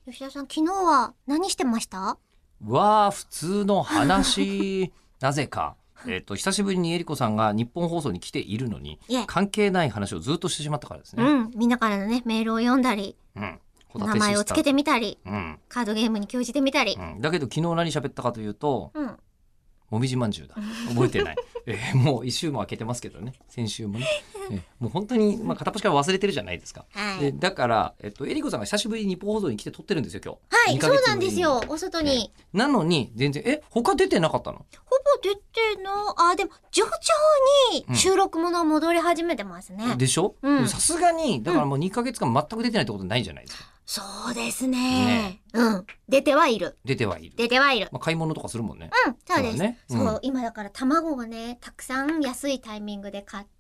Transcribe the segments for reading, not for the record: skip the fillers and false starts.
吉田さん、昨日は何してました？ わあ、普通の話。なぜか。久しぶりにえりこさんが日本放送に来ているのにいえ、 関係ない話をずっとしてしまったからですね。 うん、みんなからのね、メールを読んだり、名前をつけてみたり、カードゲームに興じてみたり。 だけど昨日何喋ったかというと、もみじまんじゅうだ。覚えてない。もう一週も空けてますけどね。先週もね。もう本当に、片っ端から忘れてるじゃないですか。 はい。 だから、えりこさんが久しぶりに日本放送に来て撮ってるんですよ、今日。 はい、 2ヶ月ぶりにそうなんですよ。お外に。 なのに、全然、他出てなかったの？ ほぼ出てでも、徐々に収録もの戻り始めてますね。 でしょ？さすがに、だからもう2ヶ月間全く出てないってことないじゃないですか。 そうですね。出てはいる。 出てはいる。 出てはいる。 買い物とかするもんね。 そうです。 ね。 そう、今だから卵がね、たくさん安いタイミングで買って、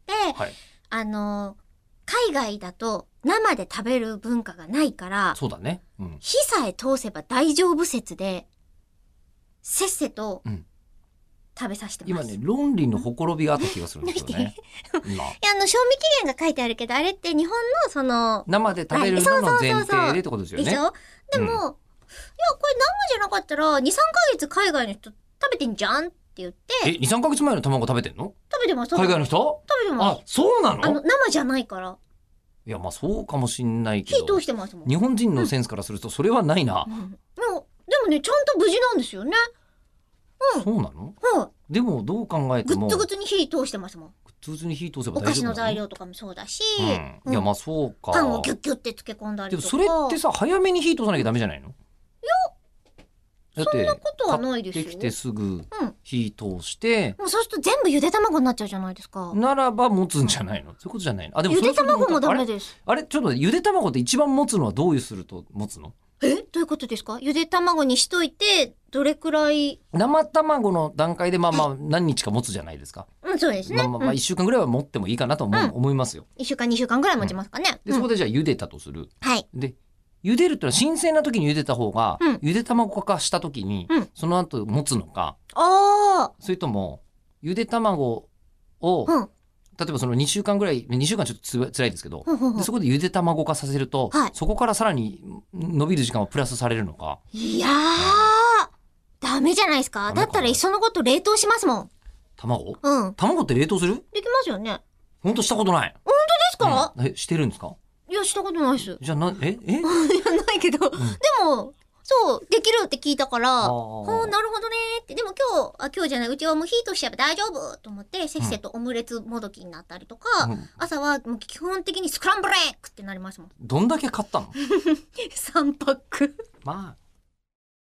海外だと生で食べる文化がないから、 そうだね。 火さえ通せば大丈夫説で、せっせと食べさせてます。 今ね、論理のほころびがあった気がするんですよね。今。 いや、賞味期限が書いてあるけど、あれって日本の生で食べるのの前提でってことですよね。 でしょ？でも、いや、これ生じゃなかったら、2、3ヶ月海外の人食べてんじゃんって言って。 2、3ヶ月前の卵食べてんの？ 食べてます。 海外の人？ 食べてます。 あ、そうなの？ 生じゃないから。 いや、そうかもしんないけど。 火通してますもん。 日本人のセンスからするとそれはないな。 でもね、ちゃんと無事なんですよね。 そうなの？でもどう考えてもグッツグツに火通してますもん。 グッツグツに火通せば大丈夫なの？ お菓子の材料とかもそうだし、 いや、そうか。 パンをギュッギュッて漬け込んだりとか。 でもそれってさ、早めに火通さなきゃダメじゃないの？ いや、そんなことはないですよ。 買ってきてすぐ火通して、 もうそうすると全部ゆで卵になっちゃうじゃないですか。 ならば持つんじゃないの？そういうことじゃないの？あ、でもゆで卵もダメです。 あれちょっと待って、ゆで卵って一番持つのはどういうすると持つの？ どういうことですか？ゆで卵にしといて、どれくらい？ 生卵の段階で何日か持つじゃないですか。 そうですね。 1週間ぐらいは持ってもいいかなと思いますよ。 1週間2週間ぐらい持ちますかね。 で、そこでじゃあ茹でたとする。 はい。 で、茹でるってのは新鮮な時に茹でた方が、ゆで卵化した時に、その後持つのか、それとも、ゆで卵を、例えばその2週間ぐらい、2週間ちょっと辛いですけど、でそこでゆで卵化させると、そこからさらに伸びる時間はプラスされるのか。 いやー、ダメじゃないですか。だったらいっそのこと冷凍しますもん。 卵？卵って冷凍する？ できますよね。 ほんとしたことない。 本当ですか？ してるんですか？ いや、したことないです。 じゃあいや、 ないけど、でも、そう、できるって聞いたから、なるほどねって。でも今日じゃない、うちはもう火通しちゃえば大丈夫と思って、せっせとオムレツもどきになったりとか、朝はもう基本的にスクランブルエッグってなりますもん。 どんだけ買ったの？ 3パック。